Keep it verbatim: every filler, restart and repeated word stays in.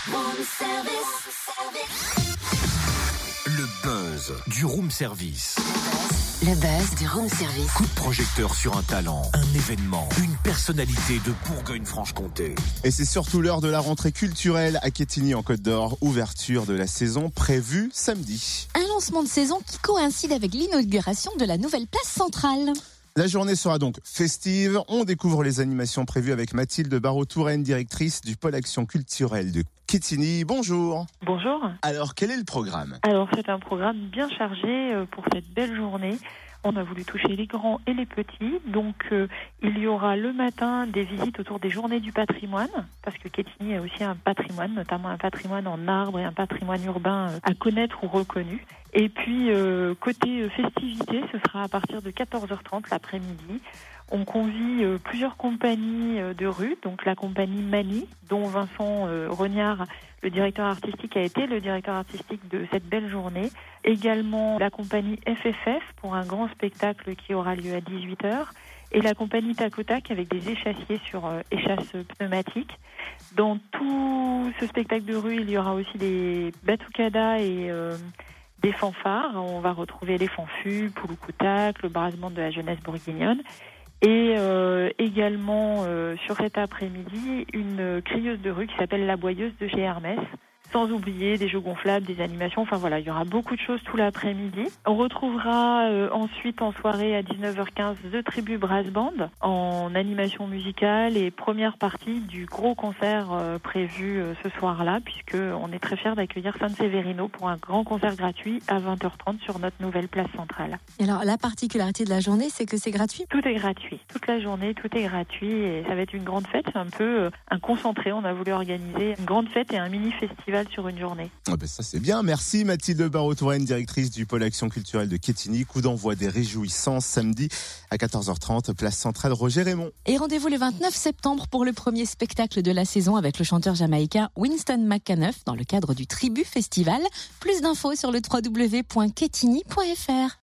Room service. Le buzz du room service. Le buzz du room service. Coup de projecteur sur un talent, un événement, une personnalité de Bourgogne-Franche-Comté. Et c'est surtout l'heure de la rentrée culturelle à Quetigny en Côte d'Or. Ouverture de la saison prévue samedi. Un lancement de saison qui coïncide avec l'inauguration de la nouvelle place centrale. La journée sera donc festive. On découvre les animations prévues avec Mathilde Barraud-Touraine, directrice du pôle action culturelle de Quetigny. Bonjour. Bonjour. Alors, quel est le programme ? Alors, c'est un programme bien chargé pour cette belle journée. On a voulu toucher les grands et les petits. Donc, euh, il y aura le matin des visites autour des journées du patrimoine, parce que Quetigny a aussi un patrimoine, notamment un patrimoine en arbre et un patrimoine urbain à connaître ou reconnu. Et puis, euh, côté festivité, ce sera à partir de quatorze heures trente l'après-midi. On convie euh, plusieurs compagnies euh, de rue, donc la compagnie Mani, dont Vincent euh, Rognard, le directeur artistique, a été le directeur artistique de cette belle journée. Également la compagnie F F F pour un grand spectacle qui aura lieu à dix-huit heures. Et la compagnie Tac au Tac avec des échassiers sur euh, échasses pneumatiques. Dans tout ce spectacle de rue, il y aura aussi des batucadas et euh, des fanfares. On va retrouver les fanfus, Pouloukoutac, le brasement de la jeunesse bourguignonne. Et euh, également euh, sur cet après-midi, une crieuse de rue qui s'appelle La Boyeuse de chez Hermès. Sans oublier des jeux gonflables, des animations, enfin voilà, il y aura beaucoup de choses tout l'après-midi. On retrouvera euh, ensuite en soirée à dix-neuf heures quinze The Tribu Brass Band en animation musicale et première partie du gros concert euh, prévu euh, ce soir-là, puisque on est très fiers d'accueillir San Severino pour un grand concert gratuit à vingt heures trente sur notre nouvelle place centrale. Et alors, la particularité de la journée, c'est que c'est gratuit ? Tout est gratuit, toute la journée, tout est gratuit et ça va être une grande fête, c'est un peu euh, un concentré. On a voulu organiser une grande fête et un mini-festival sur une journée. Ah ben ça c'est bien, merci Mathilde Barraud-Touraine, directrice du pôle action culturelle de Quetigny. Coup d'envoi des réjouissances samedi à quatorze heures trente, place centrale Roger Raymond. Et rendez-vous le vingt-neuf septembre pour le premier spectacle de la saison avec le chanteur jamaïcain Winston McAnuff dans le cadre du Tribu Festival. Plus d'infos sur le w w w point quetigny point f r.